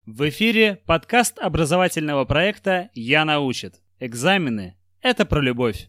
В эфире подкаст образовательного проекта «Я научит». Экзамены – это про любовь.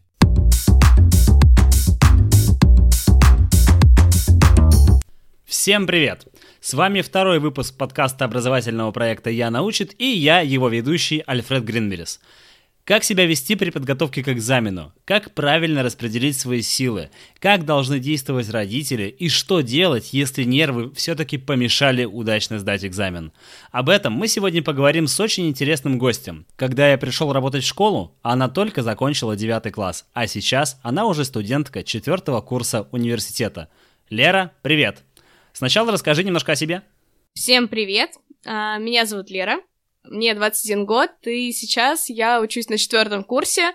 Всем привет! С вами второй выпуск подкаста образовательного проекта «Я научит» и я, его ведущий Альфред Гринберис. Как себя вести при подготовке к экзамену? Как правильно распределить свои силы? Как должны действовать родители? И что делать, если нервы все-таки помешали удачно сдать экзамен? Об этом мы сегодня поговорим с очень интересным гостем. Когда я пришел работать в школу, она только закончила 9 класс, а сейчас она уже студентка 4 курса университета. Лера, привет! Сначала расскажи немножко о себе. Всем привет! Меня зовут Лера. Мне 21 год, и сейчас я учусь на 4 курсе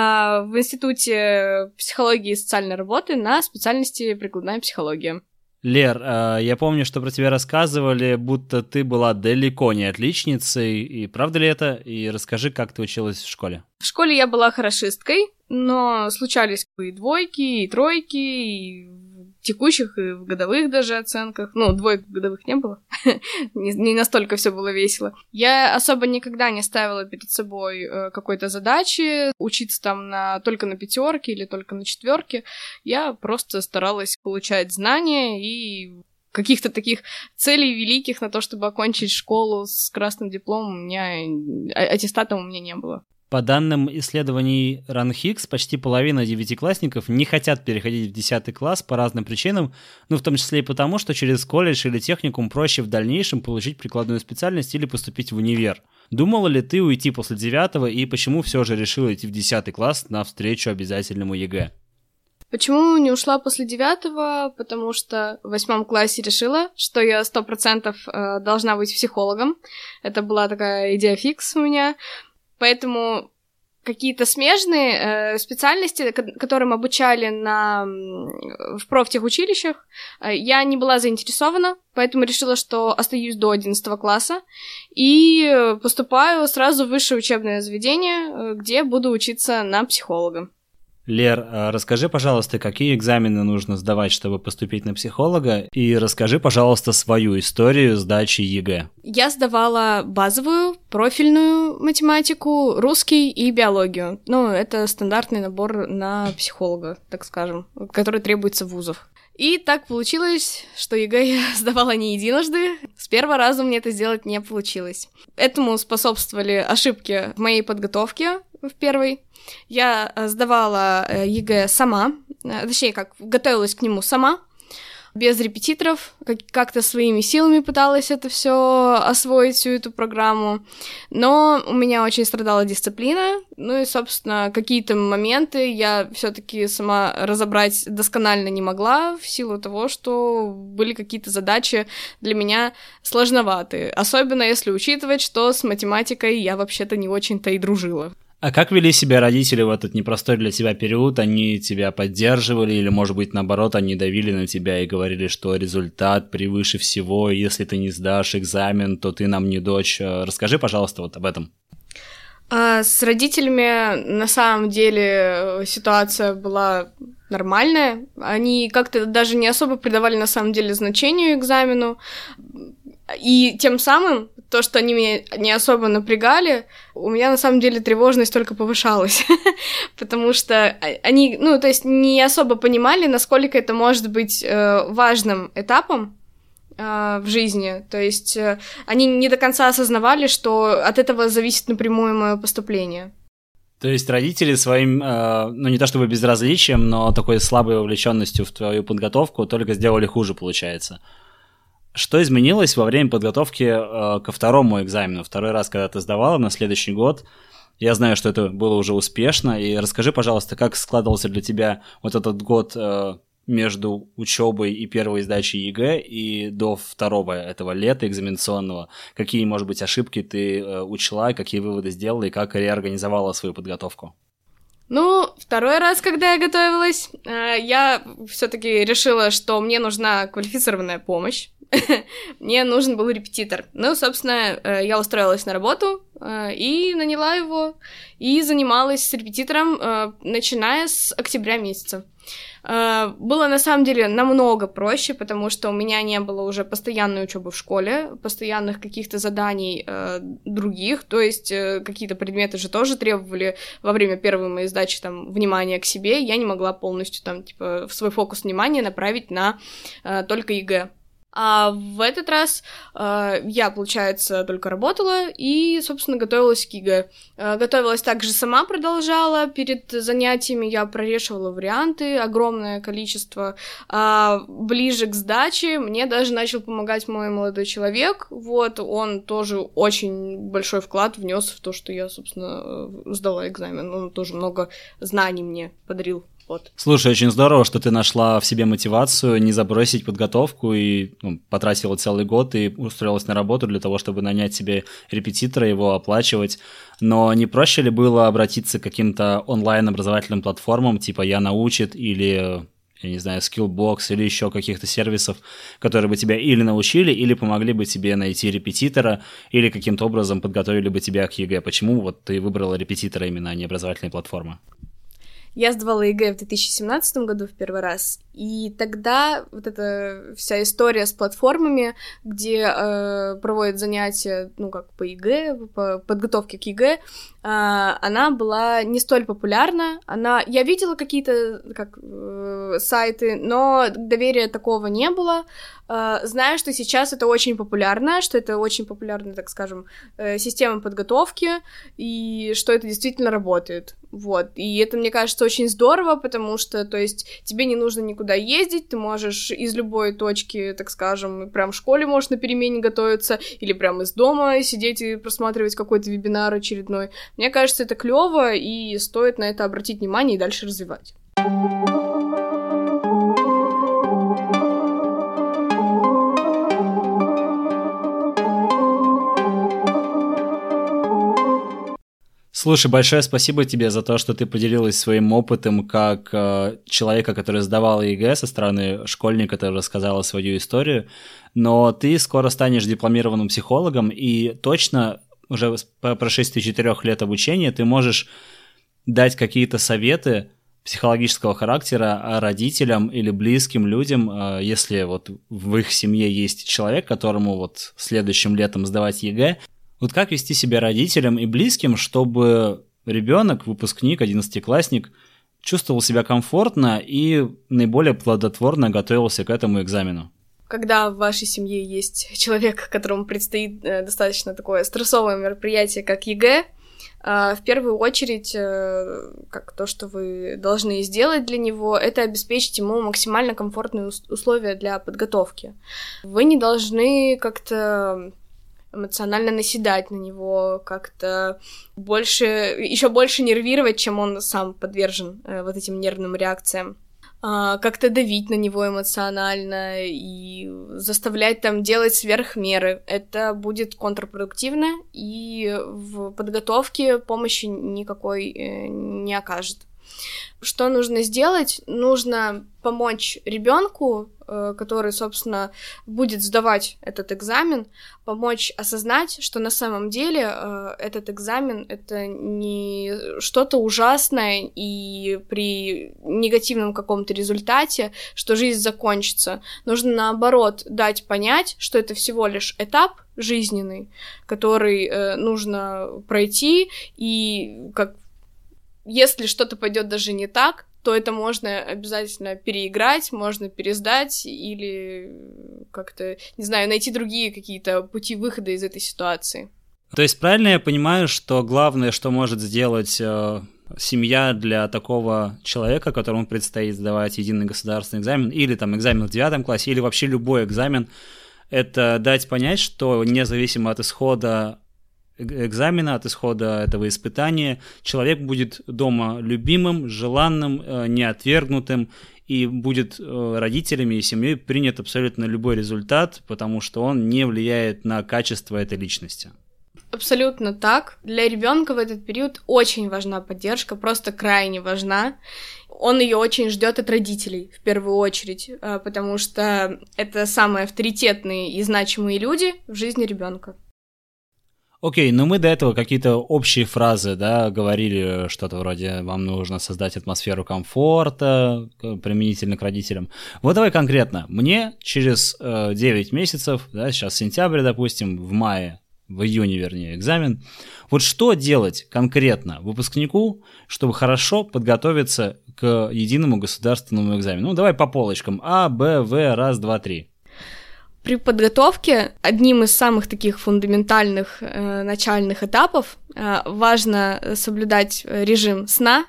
в Институте психологии и социальной работы на специальности прикладная психология. Лер, я помню, что про тебя рассказывали, будто ты была далеко не отличницей, и правда ли это? И расскажи, как ты училась в школе. В школе я была хорошисткой, но случались и двойки, и тройки, и в текущих, и в годовых даже оценках. Ну, двоек в годовых не было. Не настолько все было весело. Я особо никогда не ставила перед собой какой-то задачи, учиться там только на 5 или только на 4. Я просто старалась получать знания, и каких-то таких целей великих на то, чтобы окончить школу с красным дипломом, аттестатом у меня не было. По данным исследований РАНХИКС, почти половина девятиклассников не хотят переходить в 10 класс по разным причинам, в том числе и потому, что через колледж или техникум проще в дальнейшем получить прикладную специальность или поступить в универ. Думала ли ты уйти после 9 и почему все же решила идти в 10 класс навстречу обязательному ЕГЭ? Почему не ушла после 9? Потому что в 8 классе решила, что я 100% должна быть психологом. Это была такая идея фикс у меня. Поэтому какие-то смежные специальности, которым обучали в профтехучилищах, я не была заинтересована, поэтому решила, что остаюсь до 11 класса и поступаю сразу в высшее учебное заведение, где буду учиться на психолога. Лер, расскажи, пожалуйста, какие экзамены нужно сдавать, чтобы поступить на психолога, и расскажи, пожалуйста, свою историю сдачи ЕГЭ. Я сдавала базовую, профильную математику, русский и биологию. Это стандартный набор на психолога, так скажем, который требуется в вузах. И так получилось, что ЕГЭ я сдавала не единожды. С первого раза мне это сделать не получилось. Этому способствовали ошибки в моей подготовке в первой. Я сдавала ЕГЭ сама, готовилась к нему сама, без репетиторов, как-то своими силами пыталась это все освоить, всю эту программу, но у меня очень страдала дисциплина, и, собственно, какие-то моменты я все-таки сама разобрать досконально не могла в силу того, что были какие-то задачи для меня сложноватые, особенно если учитывать, что с математикой я вообще-то не очень-то и дружила. А как вели себя родители в этот непростой для тебя период? Они тебя поддерживали или, может быть, наоборот, они давили на тебя и говорили, что результат превыше всего, и если ты не сдашь экзамен, то ты нам не дочь. Расскажи, пожалуйста, об этом. С родителями на самом деле ситуация была нормальная. Они как-то даже не особо придавали на самом деле значению экзамену. И тем самым то, что они меня не особо напрягали, у меня на самом деле тревожность только повышалась, потому что они, не особо понимали, насколько это может быть важным этапом в жизни, то есть они не до конца осознавали, что от этого зависит напрямую мое поступление. То есть родители своим, не то чтобы безразличием, но такой слабой вовлеченностью в твою подготовку только сделали хуже, получается. Что изменилось во время подготовки ко второму экзамену? Второй раз, когда ты сдавала на следующий год, я знаю, что это было уже успешно, и расскажи, пожалуйста, как складывался для тебя вот этот год между учебой и первой сдачей ЕГЭ и до второго этого лета экзаменационного? Какие, может быть, ошибки ты учла, какие выводы сделала и как реорганизовала свою подготовку? Второй раз, когда я готовилась, я все-таки решила, что мне нужна квалифицированная помощь. Мне нужен был репетитор. Собственно, я устроилась на работу и наняла его, и занималась с репетитором, начиная с октября месяца. Было на самом деле намного проще, потому что у меня не было уже постоянной учебы в школе, постоянных каких-то заданий других, то есть какие-то предметы же тоже требовали во время первой моей сдачи там внимания к себе, я не могла полностью там типа свой фокус внимания направить на только ЕГЭ. А в этот раз я, получается, только работала и, собственно, готовилась к ЕГЭ. Готовилась также сама, продолжала перед занятиями, я прорешивала варианты, огромное количество. Ближе к сдаче мне даже начал помогать мой молодой человек, вот, он тоже очень большой вклад внес в то, что я, собственно, сдала экзамен, он тоже много знаний мне подарил. Вот. Слушай, очень здорово, что ты нашла в себе мотивацию не забросить подготовку и потратила целый год и устроилась на работу для того, чтобы нанять себе репетитора, его оплачивать. Но не проще ли было обратиться к каким-то онлайн-образовательным платформам, типа «Я научит» или, я не знаю, Skillbox или еще каких-то сервисов, которые бы тебя или научили, или помогли бы тебе найти репетитора, или каким-то образом подготовили бы тебя к ЕГЭ? Почему вот ты выбрала репетитора именно, а не образовательные платформы? Я сдавала ЕГЭ в 2017 году в первый раз, и тогда вот эта вся история с платформами, где проводят занятия, ну, как по ЕГЭ, по подготовке к ЕГЭ, она была не столь популярна. Я видела какие-то сайты, но доверия такого не было. Знаю, что сейчас это очень популярно, что это очень популярная, так скажем, система подготовки, и что это действительно работает. Вот. И это, мне кажется, очень здорово, потому что, то есть, тебе не нужно никуда ездить, ты можешь из любой точки, так скажем, прям в школе можешь на перемене готовиться, или прям из дома сидеть и просматривать какой-то вебинар очередной. Мне кажется, это клево, и стоит на это обратить внимание и дальше развивать. Слушай, большое спасибо тебе за то, что ты поделилась своим опытом как человека, который сдавал ЕГЭ со стороны школьника, который рассказала свою историю, но ты скоро станешь дипломированным психологом, и точно уже по прошествии 4 лет обучения ты можешь дать какие-то советы психологического характера родителям или близким людям, если вот в их семье есть человек, которому вот следующим летом сдавать ЕГЭ. Вот как вести себя родителям и близким, чтобы ребенок, выпускник, 11-классник, чувствовал себя комфортно и наиболее плодотворно готовился к этому экзамену? Когда в вашей семье есть человек, которому предстоит достаточно такое стрессовое мероприятие, как ЕГЭ, в первую очередь, как то, что вы должны сделать для него, это обеспечить ему максимально комфортные условия для подготовки. Вы не должны как-то эмоционально наседать на него, как-то еще больше нервировать, чем он сам подвержен вот этим нервным реакциям. Как-то давить на него эмоционально и заставлять там делать сверх меры. Это будет контрпродуктивно и в подготовке помощи никакой не окажет. Что нужно сделать? Нужно помочь ребенку, который, собственно, будет сдавать этот экзамен, помочь осознать, что на самом деле этот экзамен — это не что-то ужасное, и при негативном каком-то результате, что жизнь закончится. Нужно, наоборот, дать понять, что это всего лишь этап жизненный, который нужно пройти, и если что-то пойдет даже не так, то это можно обязательно переиграть, можно пересдать или как-то, не знаю, найти другие какие-то пути выхода из этой ситуации. То есть правильно я понимаю, что главное, что может сделать семья для такого человека, которому предстоит сдавать единый государственный экзамен, или там экзамен в 9 классе, или вообще любой экзамен, это дать понять, что независимо от исхода экзамена, от исхода этого испытания, человек будет дома любимым, желанным, неотвергнутым, и будет родителями и семьей принят абсолютно любой результат, потому что он не влияет на качество этой личности. Абсолютно так. Для ребенка в этот период очень важна поддержка, просто крайне важна. Он ее очень ждет от родителей, в первую очередь, потому что это самые авторитетные и значимые люди в жизни ребенка. Окей, но мы до этого какие-то общие фразы, да, говорили, что-то вроде «вам нужно создать атмосферу комфорта применительно к родителям». Вот давай конкретно. Мне через 9 месяцев, да, сейчас сентябрь, допустим, в июне, вернее, экзамен. Вот что делать конкретно выпускнику, чтобы хорошо подготовиться к единому государственному экзамену? Ну, давай по полочкам. А, Б, В, раз, два, три. При подготовке одним из самых таких фундаментальных начальных этапов важно соблюдать режим сна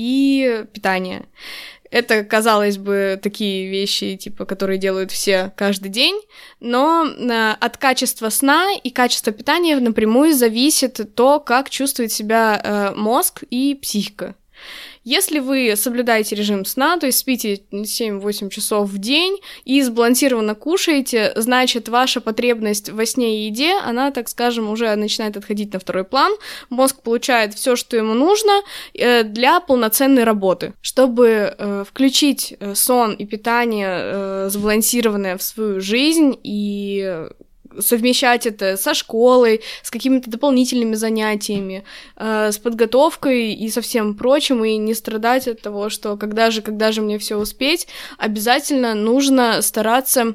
и питания. Это, казалось бы, такие вещи, типа, которые делают все каждый день, но от качества сна и качества питания напрямую зависит то, как чувствует себя мозг и психика. Если вы соблюдаете режим сна, то есть спите 7-8 часов в день и сбалансированно кушаете, значит, ваша потребность во сне и еде, она, так скажем, уже начинает отходить на второй план. Мозг получает все, что ему нужно для полноценной работы. Чтобы включить сон и питание сбалансированное в свою жизнь и совмещать это со школой, с какими-то дополнительными занятиями, с подготовкой и со всем прочим, и не страдать от того, что когда же мне все успеть, обязательно нужно стараться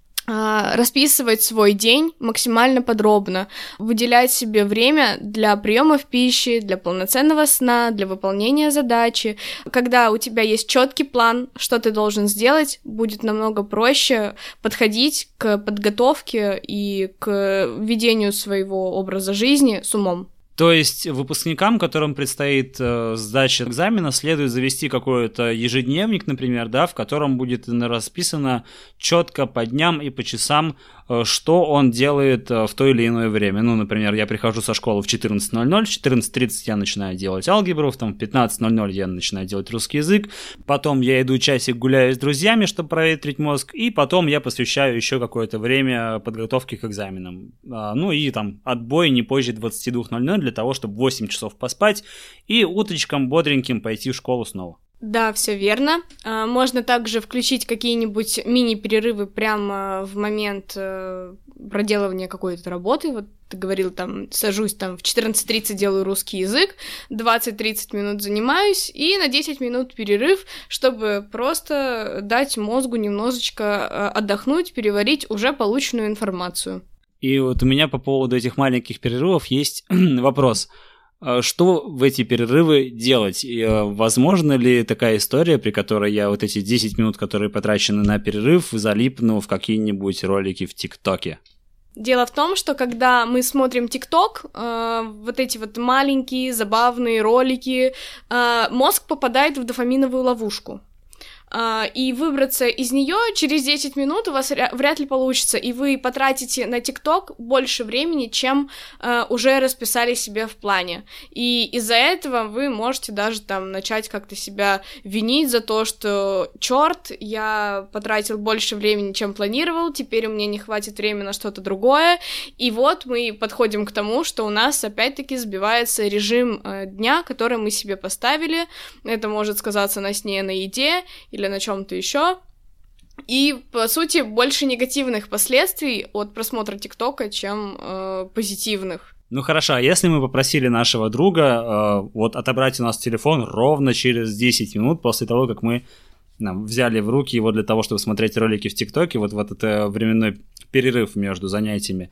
расписывать свой день максимально подробно, выделять себе время для приемов пищи, для полноценного сна, для выполнения задачи. Когда у тебя есть четкий план, что ты должен сделать, будет намного проще подходить к подготовке и к ведению своего образа жизни с умом. То есть выпускникам, которым предстоит сдача экзамена, следует завести какой-то ежедневник, например, да, в котором будет расписано четко по дням и по часам, что он делает в то или иное время. Ну, например, я прихожу со школы в 14:00, в 14:30 я начинаю делать алгебру, в 15:00 я начинаю делать русский язык, потом я иду часик гуляю с друзьями, чтобы проветрить мозг, и потом я посвящаю еще какое-то время подготовке к экзаменам. Ну и там отбой не позже 22:00 для того, чтобы 8 часов поспать и утречком бодреньким пойти в школу снова. Да, все верно. Можно также включить какие-нибудь мини-перерывы прямо в момент проделывания какой-то работы. Вот ты говорил, там, сажусь там в 14:30 делаю русский язык, 20-30 минут занимаюсь, и на 10 минут перерыв, чтобы просто дать мозгу немножечко отдохнуть, переварить уже полученную информацию. И вот у меня по поводу этих маленьких перерывов есть вопрос. Что в эти перерывы делать? И возможно ли такая история, при которой я вот эти 10 минут, которые потрачены на перерыв, залипну в какие-нибудь ролики в ТикТоке? Дело в том, что когда мы смотрим ТикТок, вот эти вот маленькие забавные ролики, мозг попадает в дофаминовую ловушку. И выбраться из нее через 10 минут у вас вряд ли получится, и вы потратите на ТикТок больше времени, чем уже расписали себе в плане. И из-за этого вы можете даже там начать как-то себя винить за то, что чёрт, я потратил больше времени, чем планировал, теперь у меня не хватит времени на что-то другое. И вот мы подходим к тому, что у нас опять-таки сбивается режим дня, который мы себе поставили. Это может сказаться на сне, на еде или на чем-то еще. И, по сути, больше негативных последствий от просмотра ТикТока, чем позитивных. Ну хорошо, а если мы попросили нашего друга вот отобрать у нас телефон ровно через 10 минут после того, как мы взяли в руки его для того, чтобы смотреть ролики в ТикТоке, вот это временной перерыв между занятиями,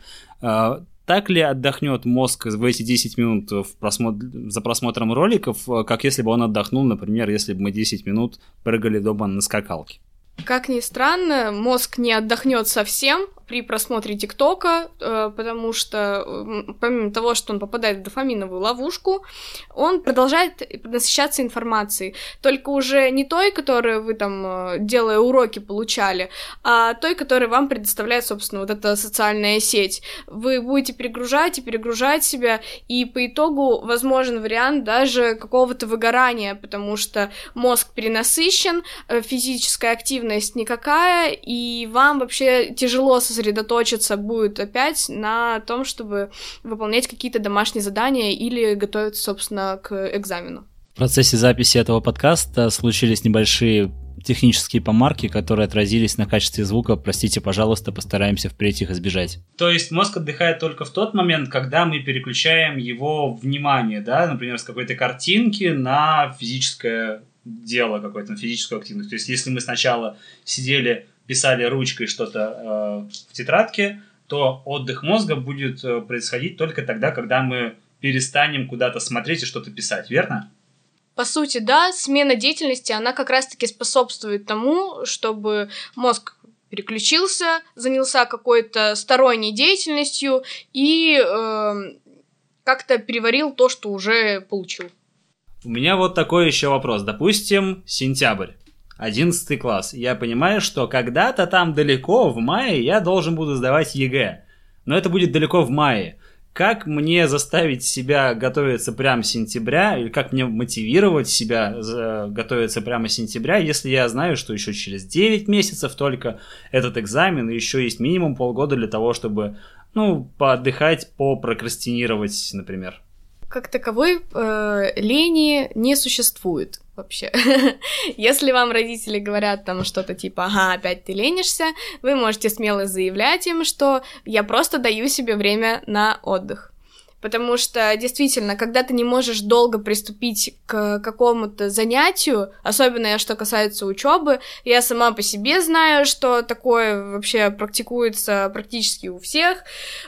так ли отдохнет мозг в эти 10 минут за просмотром роликов, как если бы он отдохнул, например, если бы мы 10 минут прыгали дома на скакалке? Как ни странно, мозг не отдохнет совсем при просмотре ТикТока, потому что помимо того, что он попадает в дофаминовую ловушку, он продолжает насыщаться информацией, только уже не той, которую вы там, делая уроки, получали, а той, которую вам предоставляет, собственно, вот эта социальная сеть. Вы будете перегружать и перегружать себя, и по итогу возможен вариант даже какого-то выгорания, потому что мозг перенасыщен, физическая активность никакая, и вам вообще тяжело сосредоточиться будет опять на том, чтобы выполнять какие-то домашние задания или готовиться, собственно, к экзамену. В процессе записи этого подкаста случились небольшие технические помарки, которые отразились на качестве звука. Простите, пожалуйста, постараемся впредь их избежать. То есть мозг отдыхает только в тот момент, когда мы переключаем его внимание, да, например, с какой-то картинки на физическое дело какое-то, на физическую активность. То есть если мы сначала сидели, писали ручкой что-то в тетрадке, то отдых мозга будет происходить только тогда, когда мы перестанем куда-то смотреть и что-то писать, верно? По сути, да, смена деятельности, она как раз-таки способствует тому, чтобы мозг переключился, занялся какой-то сторонней деятельностью и как-то переварил то, что уже получил. У меня вот такой еще вопрос. Допустим, сентябрь, 11 класс. Я понимаю, что когда-то там далеко, в мае, я должен буду сдавать ЕГЭ. Но это будет далеко в мае. Как мне заставить себя готовиться прямо с сентября, или как мне мотивировать себя готовиться прямо с сентября, если я знаю, что еще через 9 месяцев только этот экзамен, и еще есть минимум полгода для того, чтобы, поотдыхать, попрокрастинировать, например. Как таковой лени не существует вообще. Если вам родители говорят там что-то типа «Ага, опять ты ленишься», вы можете смело заявлять им, что «я просто даю себе время на отдых». Потому что, действительно, когда ты не можешь долго приступить к какому-то занятию, особенно что касается учебы, я сама по себе знаю, что такое вообще практикуется практически у всех,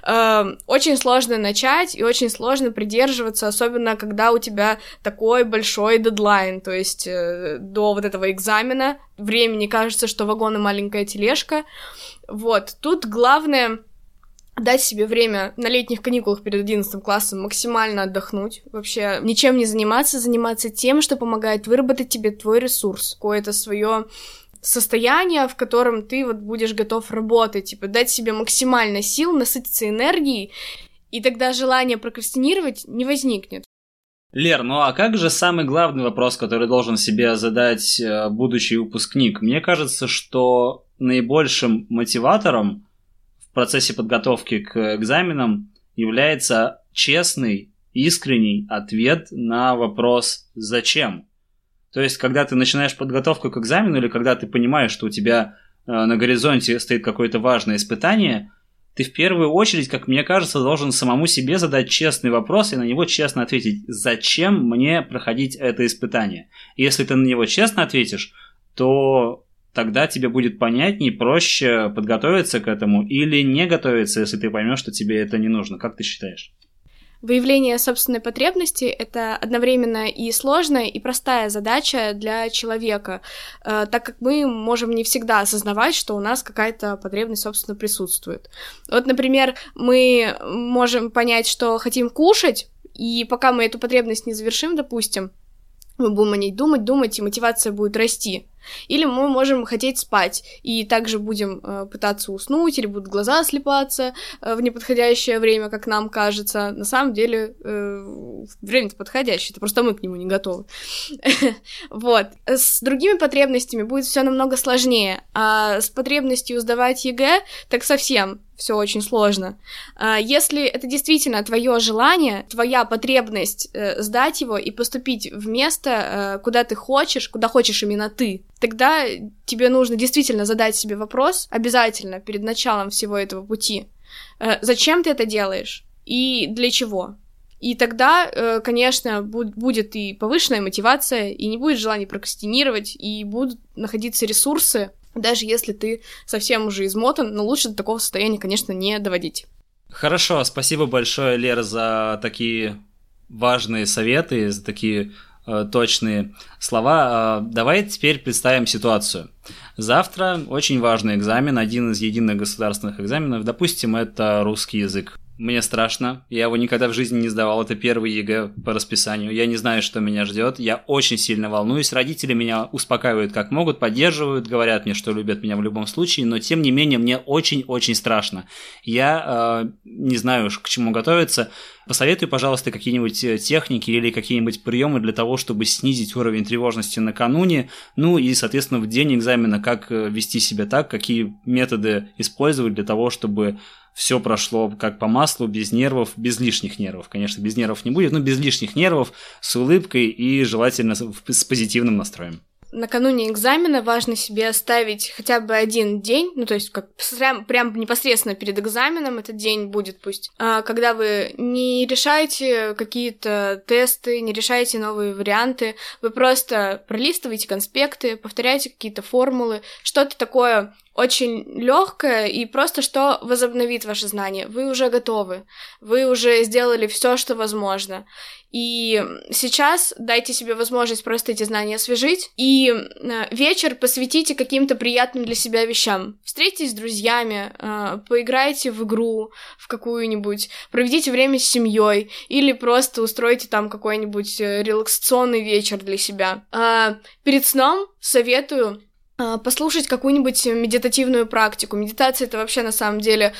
очень сложно начать и очень сложно придерживаться, особенно когда у тебя такой большой дедлайн, то есть до вот этого экзамена времени кажется, что вагон и маленькая тележка. Вот, тут главное дать себе время на летних каникулах перед 11 классом максимально отдохнуть, вообще ничем не заниматься тем, что помогает выработать тебе твой ресурс, какое-то свое состояние, в котором ты вот будешь готов работать, дать себе максимально сил, насытиться энергией, и тогда желание прокрастинировать не возникнет. Лер, а как же самый главный вопрос, который должен себе задать будущий выпускник? Мне кажется, что наибольшим мотиватором в процессе подготовки к экзаменам является честный, искренний ответ на вопрос «зачем?». То есть, когда ты начинаешь подготовку к экзамену или когда ты понимаешь, что у тебя на горизонте стоит какое-то важное испытание, ты в первую очередь, как мне кажется, должен самому себе задать честный вопрос и на него честно ответить «зачем мне проходить это испытание?». И если ты на него честно ответишь, то тогда тебе будет понятнее, проще подготовиться к этому или не готовиться, если ты поймешь, что тебе это не нужно. Как ты считаешь? Выявление собственной потребности — это одновременно и сложная, и простая задача для человека, так как мы можем не всегда осознавать, что у нас какая-то потребность, собственно, присутствует. Вот, например, мы можем понять, что хотим кушать, и пока мы эту потребность не завершим, допустим, мы будем о ней думать, и мотивация будет расти. Или мы можем хотеть спать, и также будем пытаться уснуть, или будут глаза слипаться в неподходящее время, как нам кажется. На самом деле, время-то подходящее, это просто мы к нему не готовы. Вот. С другими потребностями будет все намного сложнее, а с потребностью сдавать ЕГЭ так совсем все очень сложно. Если это действительно твое желание, твоя потребность сдать его и поступить в место, куда хочешь именно ты, тогда тебе нужно действительно задать себе вопрос, обязательно перед началом всего этого пути, зачем ты это делаешь и для чего. И тогда, конечно, будет и повышенная мотивация, и не будет желания прокрастинировать, и будут находиться ресурсы, даже если ты совсем уже измотан, но лучше до такого состояния, конечно, не доводить. Хорошо, спасибо большое, Лера, за такие важные советы, за такие точные слова. Давай теперь представим ситуацию. Завтра очень важный экзамен, один из единых государственных экзаменов. Допустим, это русский язык. Мне страшно, я его никогда в жизни не сдавал, это первый ЕГЭ по расписанию, я не знаю, что меня ждет, я очень сильно волнуюсь, родители меня успокаивают как могут, поддерживают, говорят мне, что любят меня в любом случае, но тем не менее мне очень-очень страшно. Я не знаю, к чему готовиться. Посоветуй, пожалуйста, какие-нибудь техники или какие-нибудь приемы для того, чтобы снизить уровень тревожности накануне, ну и, соответственно, в день экзамена, как вести себя так, какие методы использовать для того, чтобы все прошло как по маслу, без нервов, без лишних нервов. Конечно, без нервов не будет, но без лишних нервов, с улыбкой и желательно с позитивным настроем. накануне экзамена важно себе оставить хотя бы один день, ну, то есть как прям непосредственно перед экзаменом этот день будет пусть, когда вы не решаете какие-то тесты, не решаете новые варианты, вы просто пролистываете конспекты, повторяете какие-то формулы, что-то такое очень легкое и просто что возобновит ваши знания. Вы уже готовы, вы уже сделали все, что возможно. И сейчас дайте себе возможность просто эти знания освежить, и вечер посвятите каким-то приятным для себя вещам. Встретитесь с друзьями, поиграйте в игру в какую-нибудь, проведите время с семьей, или просто устройте там какой-нибудь релаксационный вечер для себя. Перед сном советую послушать какую-нибудь медитативную практику. Медитация — это вообще на самом деле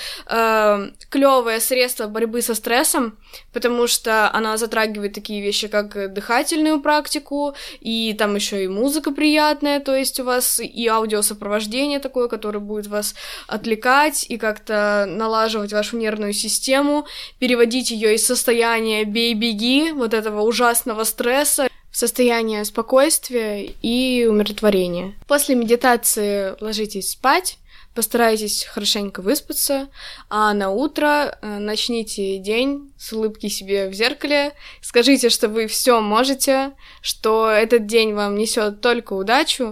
клёвое средство борьбы со стрессом, потому что она затрагивает такие вещи, как дыхательную практику, и там еще и музыка приятная, то есть у вас и аудиосопровождение такое, которое будет вас отвлекать и как-то налаживать вашу нервную систему, переводить ее из состояния «бей-беги», вот этого ужасного стресса, в состояние спокойствия и умиротворения. После медитации ложитесь спать, постарайтесь хорошенько выспаться, а на утро начните день с улыбки себе в зеркале, скажите, что вы все можете, что этот день вам несет только удачу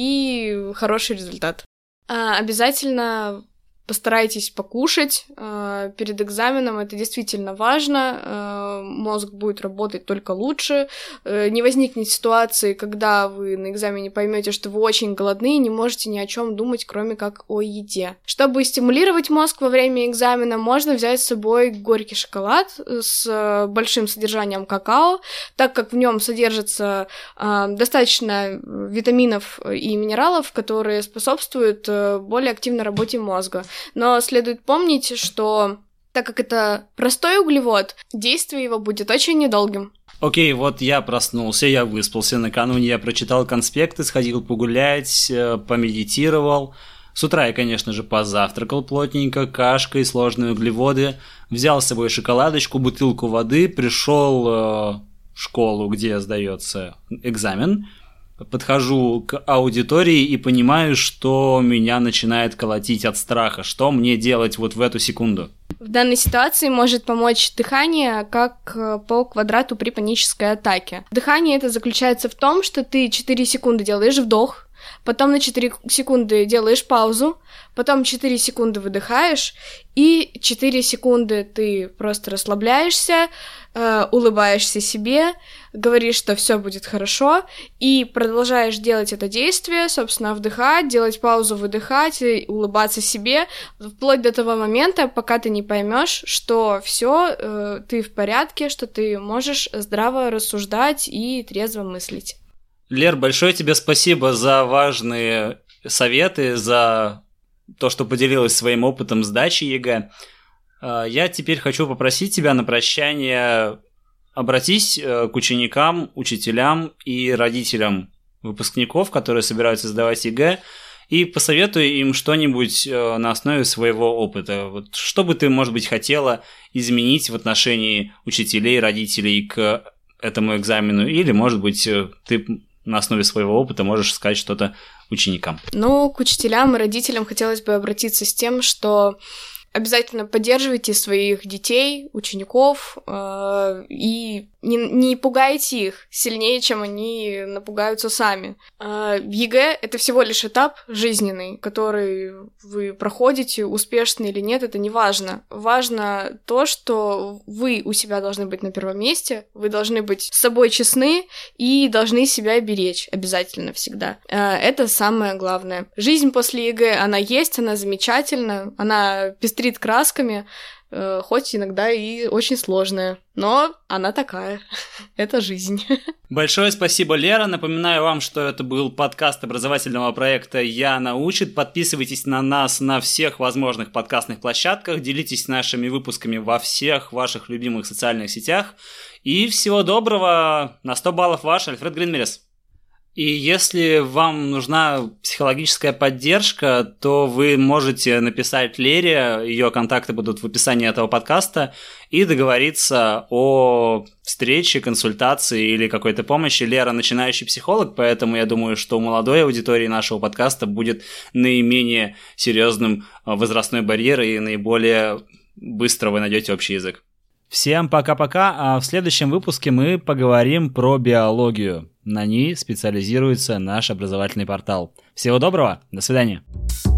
и хороший результат. Обязательно постарайтесь покушать перед экзаменом, это действительно важно, мозг будет работать только лучше, не возникнет ситуации, когда вы на экзамене поймете, что вы очень голодны и не можете ни о чем думать, кроме как о еде. Чтобы стимулировать мозг во время экзамена, можно взять с собой горький шоколад с большим содержанием какао, так как в нем содержится достаточно витаминов и минералов, которые способствуют более активной работе мозга. Но следует помнить, что так как это простой углевод, действие его будет очень недолгим. Окей, вот я проснулся, я выспался, накануне я прочитал конспекты, сходил погулять, помедитировал. С утра я, конечно же, позавтракал плотненько, кашкой, сложные углеводы, взял с собой шоколадочку, бутылку воды, пришел в школу, где сдается экзамен. Подхожу к аудитории и понимаю, что меня начинает колотить от страха. Что мне делать вот в эту секунду? В данной ситуации может помочь дыхание как по квадрату при панической атаке. Дыхание это заключается в том, что ты 4 секунды делаешь вдох, потом на 4 секунды делаешь паузу, потом 4 секунды выдыхаешь, и 4 секунды ты просто расслабляешься, улыбаешься себе, говоришь, что все будет хорошо, и продолжаешь делать это действие, собственно, вдыхать, делать паузу, выдыхать, улыбаться себе, вплоть до того момента, пока ты не поймешь, что все, ты в порядке, что ты можешь здраво рассуждать и трезво мыслить. Лер, большое тебе спасибо за важные советы, за то, что поделилась своим опытом сдачи ЕГЭ. Я теперь хочу попросить тебя на прощание обратись к ученикам, учителям и родителям выпускников, которые собираются сдавать ЕГЭ, и посоветуй им что-нибудь на основе своего опыта. Вот что бы ты, может быть, хотела изменить в отношении учителей, родителей к этому экзамену, или, может быть, ты на основе своего опыта можешь сказать что-то ученикам? Ну, к учителям и родителям хотелось бы обратиться с тем, что обязательно поддерживайте своих детей, учеников, и не пугайте их сильнее, чем они напугаются сами. ЕГЭ — это всего лишь этап жизненный, который вы проходите, успешно или нет, это не важно. Важно то, что вы у себя должны быть на первом месте, вы должны быть с собой честны и должны себя беречь обязательно всегда. Это самое главное. Жизнь после ЕГЭ, она есть, она замечательна, она пестрит красками, хоть иногда и очень сложная, но она такая. Это жизнь. Большое спасибо, Лера. Напоминаю вам, что это был подкаст образовательного проекта «Яна учит». Подписывайтесь на нас на всех возможных подкастных площадках, делитесь нашими выпусками во всех ваших любимых социальных сетях. И всего доброго. На 100 баллов ваш Альфред Гринмерис. И если вам нужна психологическая поддержка, то вы можете написать Лере, ее контакты будут в описании этого подкаста, и договориться о встрече, консультации или какой-то помощи. Лера начинающий психолог, поэтому я думаю, что у молодой аудитории нашего подкаста будет наименее серьезным возрастной барьер и наиболее быстро вы найдете общий язык. Всем пока-пока, а в следующем выпуске мы поговорим про биологию. На ней специализируется наш образовательный портал. Всего доброго, до свидания.